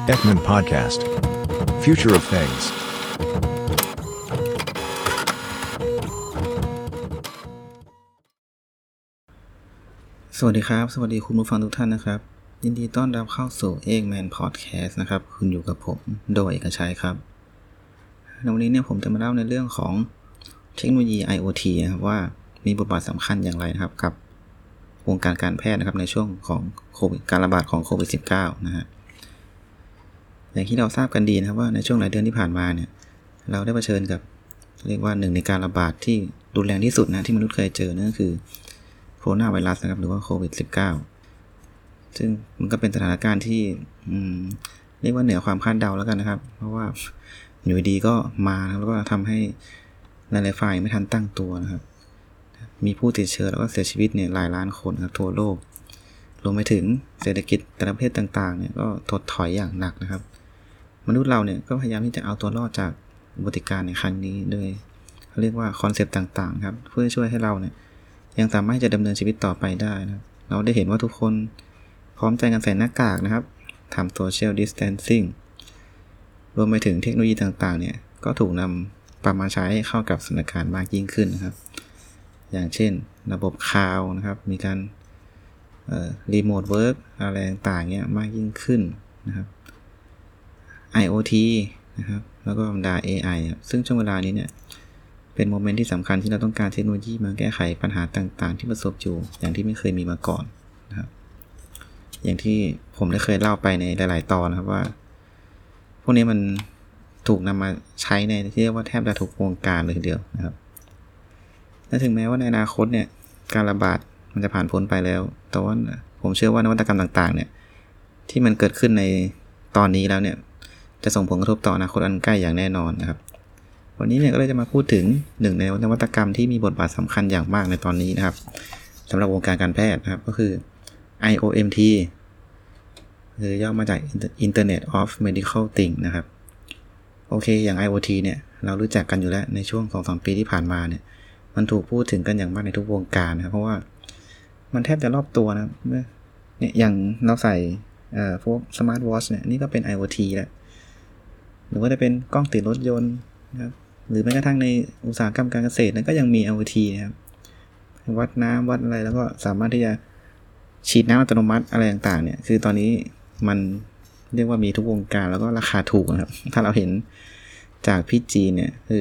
Ekman Podcast. Future of Things. สวัสดีครับสวัสดีคุณผู้ฟังทุกท่านนะครับยินดีต้อนรับเข้าสู่ Ekman Podcast นะครับคุณอยู่กับผมโดยเอกชัยครับในวันนี้เนี่ยผมจะมาเล่าในเรื่องของเทคโนโลยี IoT นะครับว่ามีบทบาทสำคัญอย่างไรนะครับกับวงการการแพทย์นะครับในช่วงของโควิดการระบาดของโควิด -19 นะฮะอย่างที่เราทราบกันดีนะครับว่าในช่วงหลายเดือนที่ผ่านมาเนี่ยเราได้เผชิญกับเรียกว่าหนึ่งในการระบาดที่รุนแรงที่สุดนะที่มนุษย์เคยเจอนั่นก็คือโคโรนาไวรัสนะครับหรือว่าโควิด -19 ซึ่งมันก็เป็นสถานการณ์ที่เรียกว่าเหนือความคาดเดาแล้วกันนะครับเพราะว่าอยู่ดีก็มาแล้วก็ทำให้หลายๆฝ่ายไม่ทันตั้งตัวนะครับมีผู้ติดเชื้อแล้วก็เสียชีวิตเนี่ยหลายล้านคนครับทั่วโลกรวมไปถึงเศรษฐกิจแต่ละประเทศต่างๆเนี่ยก็ถดถอยอย่างหนักนะครับมนุษย์เราเนี่ยก็พยายามที่จะเอาตัวรอดจากอุบัติการณ์ในครั้งนี้โดยเขาเรียกว่าคอนเซปต์ต่างๆครับเพื่อช่วยให้เราเนี่ยยังสามารถจะดำเนินชีวิตต่อไปได้นะครับเราได้เห็นว่าทุกคนพร้อมใจกันใส่หน้ากากนะครับทำ social distancing รวมไปถึงเทคโนโลยีต่างๆเนี่ยก็ถูกนำปรับมาใช้เข้ากับสถานการณ์มากยิ่งขึ้นนะครับอย่างเช่นระบบคลาวด์นะครับมีการremote work อะไรต่างๆเนี่ยมากยิ่งขึ้นนะครับ IoT นะครับแล้วก็บรรดา AI ครับซึ่งช่วงเวลานี้เนี่ยเป็นโมเมนต์ที่สำคัญที่เราต้องการเทคโนโลยีมาแก้ไขปัญหาต่างๆที่ประสบอยู่อย่างที่ไม่เคยมีมาก่อนนะครับอย่างที่ผมได้เคยเล่าไปในหลายๆตอนนะครับว่าพวกนี้มันถูกนำมาใช้ในที่เรียกว่าแทบจะทุกวงการเลยทีเดียวนะครับและถึงแม้ว่าในอนาคตเนี่ยการระบาดมันจะผ่านพ้นไปแล้วแต่ว่าผมเชื่อว่านวัตกรรมต่างๆเนี่ยที่มันเกิดขึ้นในตอนนี้แล้วเนี่ยจะส่งผลกระทบต่ออนาคตอันใกล้อย่างแน่นอนนะครับวันนี้เนี่ยก็เลยจะมาพูดถึงหนึ่งในนวัตกรรมที่มีบทบาทสำคัญอย่างมากในตอนนี้นะครับสำหรับวงการการแพทย์นะครับก็คือ IoMT หรือย่อมาจาก Internet of Medical Things นะครับโอเคอย่าง IoT เนี่ยเรารู้จักกันอยู่แล้วในช่วง 2-3 ปีที่ผ่านมาเนี่ยมันถูกพูดถึงกันอย่างมากในทุกวงการนะครับเพราะว่ามันแทบจะรอบตัวนะเนี่ยอย่างเราใส่พวกสมาร์ทวอทช์เนี่ยนี่ก็เป็น IoT แหละหรือว่าจะเป็นกล้องติดรถยนต์นะครับหรือแม้กระทั่งในอุตสาหกรรมการเกษตรนั้นก็ยังมี IoT นะครับวัดน้ำวัดอะไรแล้วก็สามารถที่จะฉีดน้ำอัตโนมัติอะไรต่างๆเนี่ยคือตอนนี้มันเรียกว่ามีทุกวงการแล้วก็ราคาถูกนะครับถ้าเราเห็นจากพี่จีนเนี่ยคือ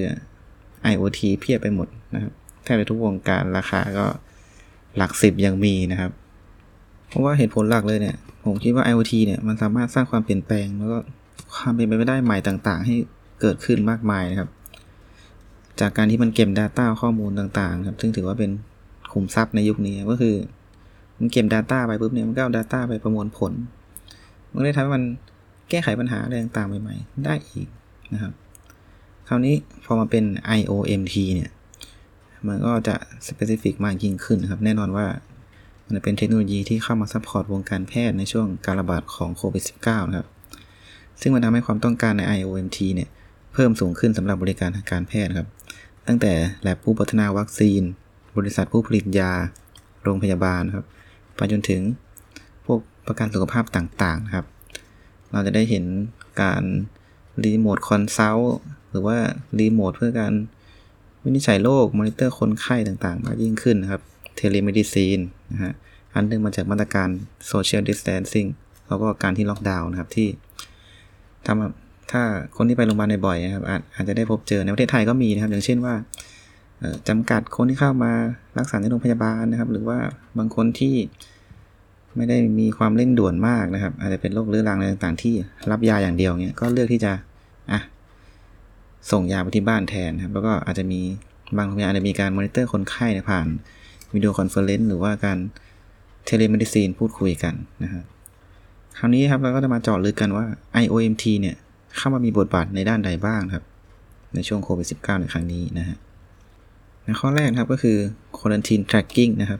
IoT เพียบไปหมดนะครับแทบจะทุกวงการราคาก็หลัก10ยังมีนะครับเพราะว่าเหตุผลหลักเลยเนี่ยผมคิดว่า IoT เนี่ยมันสามารถสร้างความเปลี่ยนแปลงแล้วก็ความเป็นไปได้ใหม่ต่างๆให้เกิดขึ้นมากมายนะครับจากการที่มันเก็บ data ข้อมูลต่างๆครับซึ่งถือว่าเป็นขุมทรัพย์ในยุคนี้ก็คือมันเก็บ data ไปปุ๊บเนี่ยมันก็เอา data ไปประมวลผลมันได้ทำให้มันแก้ไขปัญหาอะไรต่างๆใหม่ๆได้อีกนะครับคราวนี้พอมาเป็น IoMT เนี่ยมันก็จะ specific มากยิ่งขึ้นครับแน่นอนว่ามันเป็นเทคโนโลยีที่เข้ามาซัพพอร์ตวงการแพทย์ในช่วงการระบาดของโควิด -19 นะครับซึ่งมันทำให้ความต้องการใน IoMT เนี่ยเพิ่มสูงขึ้นสำหรับบริการทางการแพทย์ครับตั้งแต่แลบผู้พัฒนาวัคซีนบริษัทผู้ผลิตยาโรงพยาบาลครับไปจนถึงพวกประกันสุขภาพต่างๆครับเราจะได้เห็นการรีโมทคอนซัลท์หรือว่ารีโมทเพื่อการวินิจฉัยโรคมอนิเตอร์คนไข้ต่างๆมากยิ่งขึ้นนะครับเทเลเมดิซีนนะฮะอันนึงมาจากมาตรการโซเชียลดิสแทนซิ่งแล้วก็การที่ล็อกดาวน์นะครับที่ถ้าคนที่ไปโรงพยาบาลบ่อยๆนะครับอาจจะได้พบเจอในประเทศไทยก็มีนะครับอย่างเช่นว่าจำกัดคนที่เข้ามารักษาในโรงพยาบาลนะครับหรือว่าบางคนที่ไม่ได้มีความเร่งด่วนมากนะครับอาจจะเป็นโรคเรื้อรังอะไรต่างๆที่รับยาอย่างเดียวเนี่ยก็เลือกที่จะส่งยาไปที่บ้านแทนครับแล้วก็อาจจะมีบางโรงพยาบาลอาจจะมีการมอนิเตอร์คนไข้ผ่านวิดีโอคอนเฟอเรนซ์หรือว่าการเทเลเมดิซีนพูดคุยกันนะครับคราวนี้ครับเราก็จะมาเจาะลึกกันว่า IoMT เนี่ยเข้ามามีบทบาทในด้านใดบ้างครับในช่วงโควิด -19 ในครั้งนี้นะฮะในข้อแรกครับก็คือ Quarantine Tracking นะครับ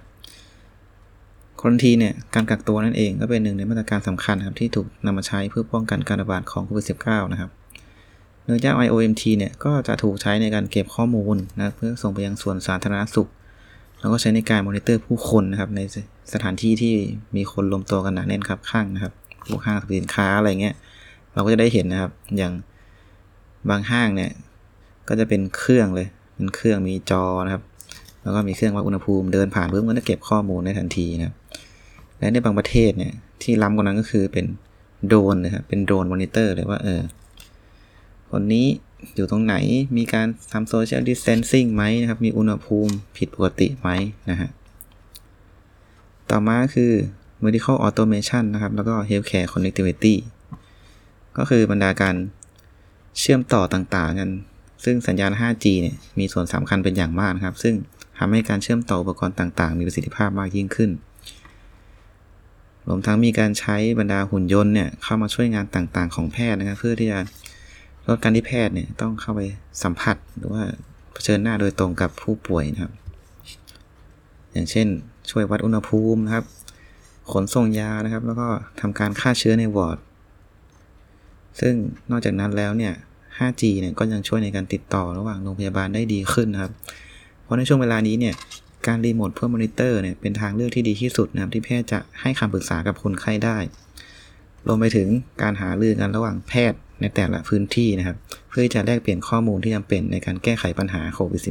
Quarantine เนี่ยการกักตัวนั่นเองก็เป็นหนึ่งในมาตรการสำคัญครับที่ถูกนำมาใช้เพื่อป้องกันการระบาดของโควิด -19 นะครับโดยเจ้า IoMT เนี่ยก็จะถูกใช้ในการเก็บข้อมูลนะเพื่อส่งไปยังส่วนสาธารณสุขแล้วก็ใช้ในการมอนิเตอร์ผู้คนนะครับในสถานที่ที่มีคนรวมตัวกันหนาแน่นครับข้างนะครับพวกห้างสรรพสินค้าอะไรเงี้ยเราก็จะได้เห็นนะครับอย่างบางห้างเนี่ยก็จะเป็นเครื่องเลยเป็นเครื่องมีจอนะครับแล้วก็มีเครื่องวัดอุณหภูมิเดินผ่านปุ๊บมันจะเก็บข้อมูลได้ทันทีนะครับและในบางประเทศเนี่ยที่ล้ำกว่านั้นก็คือเป็นโดรนนะครับเป็นโดรนมอนิเตอร์เลยว่าคนนี้อยู่ตรงไหนมีการทำโซเชียลดิสแทนซิ่งไหมนะครับมีอุณหภูมิผิดปกติไหมนะฮะต่อมาคือ medical automation นะครับแล้วก็ healthcare connectivity ก็คือบรรดาการเชื่อมต่อต่างๆกันซึ่งสัญญาณ 5G เนี่ยมีส่วนสำคัญเป็นอย่างมากนะครับซึ่งทำให้การเชื่อมต่ออุปกรณ์ต่างๆมีประสิทธิภาพมากยิ่งขึ้นรวมทั้งมีการใช้บรรดาหุ่นยนต์เนี่ยเข้ามาช่วยงานต่างๆของแพทย์นะครับเพื่อที่จะลดการที่แพทย์เนี่ยต้องเข้าไปสัมผัสหรือว่าเผชิญหน้าโดยตรงกับผู้ป่วยนะครับอย่างเช่นช่วยวัดอุณหภูมินะครับขนส่งยานะครับแล้วก็ทำการฆ่าเชื้อในวอร์ดซึ่งนอกจากนั้นแล้วเนี่ย 5G เนี่ยก็ยังช่วยในการติดต่อระหว่างโรงพยาบาลได้ดีขึ้นนะครับเพราะในช่วงเวลานี้เนี่ยการรีโมทเพื่อมอนิเตอร์เนี่ยเป็นทางเลือกที่ดีที่สุดนะครับที่แพทย์จะให้คำปรึกษากับคนไข้ได้รวมไปถึงการหารือกันระหว่างแพทย์ในแต่ละพื้นที่นะครับเพื่อจะแลกเปลี่ยนข้อมูลที่จำเป็นในการแก้ไขปัญหาโควิด -19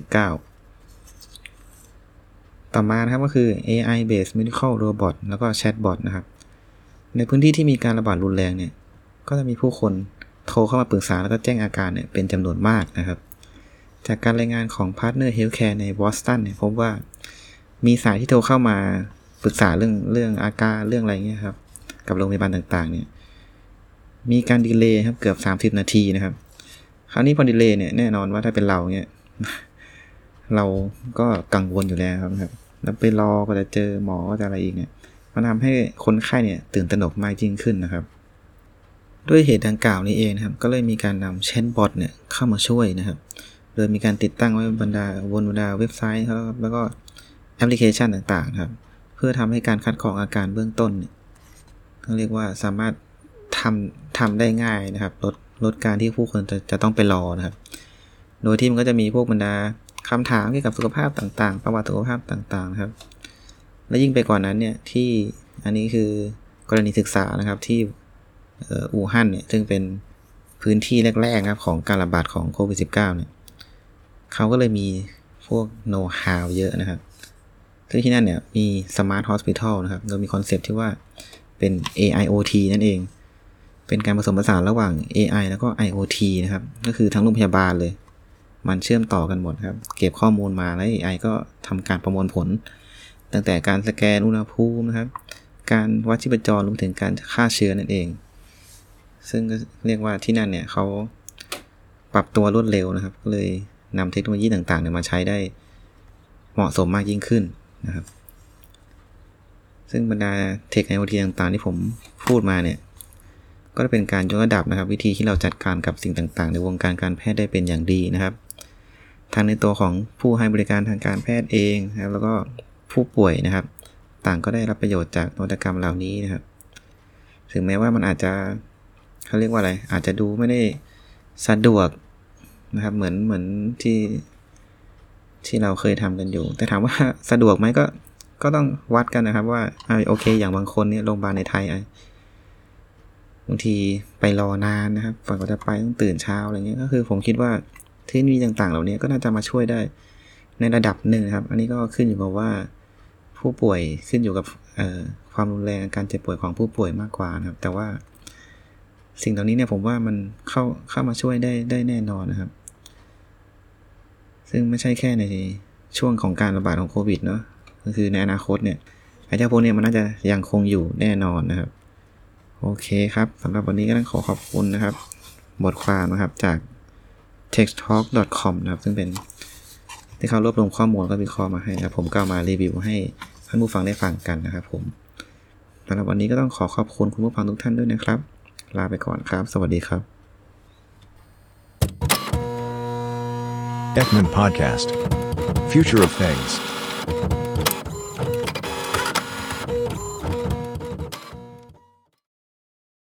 ต่อมานะครับก็คือ AI based medical robot แล้วก็ chatbot นะครับในพื้นที่ที่มีการระบาดรุนแรงเนี่ยก็จะมีผู้คนโทรเข้ามาปรึกษาแล้วก็แจ้งอาการเนี่ยเป็นจำนวนมากนะครับจากการรายงานของ Partner Healthcare ในบอสตันเนี่ยพบว่ามีสายที่โทรเข้ามาปรึกษาเรื่องอาการเรื่องอะไรเงี้ยครับกับโรงพยาบาลต่างๆเนี่ยมีการดีเลย์ครับเกือบ30นาทีนะครับคราวนี้พอดีเลย์เนี่ยแน่นอนว่าถ้าเป็นเราเนี่ยเราก็กังวลอยู่แล้วครับแล้วไปรอก็จะเจอหมอก็จะอะไรอีกเนี่ยมันทำให้คนไข้เนี่ยตื่นตระหนกมากยิ่งขึ้นนะครับด้วยเหตุดังกล่าวนี้เองนะครับก็เลยมีการนำแชทบอทเนี่ยเข้ามาช่วยนะครับโดยมีการติดตั้งไว้บนบรรดาเว็บไซต์แล้วก็แอปพลิเคชันต่างๆครับเพื่อทำให้การคัดกรองอาการเบื้องต้นเนี่ยเรียกว่าสามารถทำได้ง่ายนะครับลดการที่ผู้คนจะต้องไปรอนะครับโดยที่มันก็จะมีพวกบรรดาคำถามเกี่ยวกับสุขภาพต่างๆประวัติสุขภาพต่างๆครับและยิ่งไปกว่านั้นเนี่ยที่อันนี้คือกรณีศึกษานะครับที่อู่ฮั่นเนี่ยซึ่งเป็นพื้นที่แรกๆนะครับของการระบาดของโควิด -19 เนี่ยเขาก็เลยมีพวกโน้ตฮาวเยอะนะครับซึ่งที่นั่นเนี่ยมี Smart Hospital นะครับโดยมีคอนเซ็ปต์ที่ว่าเป็น AIoT นั่นเองเป็นการผสมผสานระหว่าง AI แล้วก็ IoT นะครับก็คือทั้งโรงพยาบาลเลยมันเชื่อมต่อกันหมดครับเก็บข้อมูลมาแล้ว AI ก็ทำการประมวลผลตั้งแต่การสแกนอุณหภูมินะครับการวัดชีพจรรวมถึงการฆ่าเชื้อนั่นเองซึ่งก็เรียกว่าที่นั่นเนี่ยเขาปรับตัวรวดเร็วนะครับก็เลยนำเทคโนโลยีต่างๆเนี่ยมาใช้ได้เหมาะสมมากยิ่งขึ้นนะครับซึ่งบรรดาเทค IoT ต่างๆที่ผมพูดมาเนี่ยก็จะเป็นการยกระดับนะครับวิธีที่เราจัดการกับสิ่งต่างๆในวงการการแพทย์ได้เป็นอย่างดีนะครับทั้งในตัวของผู้ให้บริการทางการแพทย์เองนะครับแล้วก็ผู้ป่วยนะครับต่างก็ได้รับประโยชน์จากนวัตกรรมเหล่านี้นะครับถึงแม้ว่ามันอาจจะเขาเรียกว่าอะไรอาจจะดูไม่ได้สะดวกนะครับเหมือนที่เราเคยทำกันอยู่แต่ถามว่าสะดวกไหมก็ต้องวัดกันนะครับว่าโอเคอย่างบางคนเนี่ยโรงพยาบาลในไทยบางทีไปรอนานนะครับฝั่งก็จะไปต้องตื่นเช้าอะไรเงี้ยก็คือผมคิดว่าเทคโนโลยีต่างๆเหล่านี้ก็น่าจะมาช่วยได้ในระดับหนึ่งครับอันนี้ก็ขึ้นอยู่กับว่าผู้ป่วยขึ้นอยู่กับความรุนแรงการเจ็บป่วยของผู้ป่วยมากกว่านะครับแต่ว่าสิ่งเหล่านี้เนี่ยผมว่ามันเข้ามาช่วยได้แน่นอนนะครับซึ่งไม่ใช่แค่ในช่วงของการระบาดของโควิดเนาะก็คือในอนาคตเนี่ยไอ้เจ้าพวกนี้มันน่าจะยังคงอยู่แน่นอนนะครับโอเคครับสำหรับวันนี้ก็ต้องขอบคุณนะครับบทความนะครับจาก techtalk.com นะครับซึ่งเป็นที่เขารวบรวมข้อมูลก็วิเคราะห์มาให้นะผมก็มารีวิวให้ท่านผู้ฟังได้ฟังกันนะครับผมสำหรับวันนี้ก็ต้องขอบคุณคุณผู้ฟังทุกท่านด้วยนะครับลาไปก่อนครับสวัสดีครับ Ekman Podcast Future of Things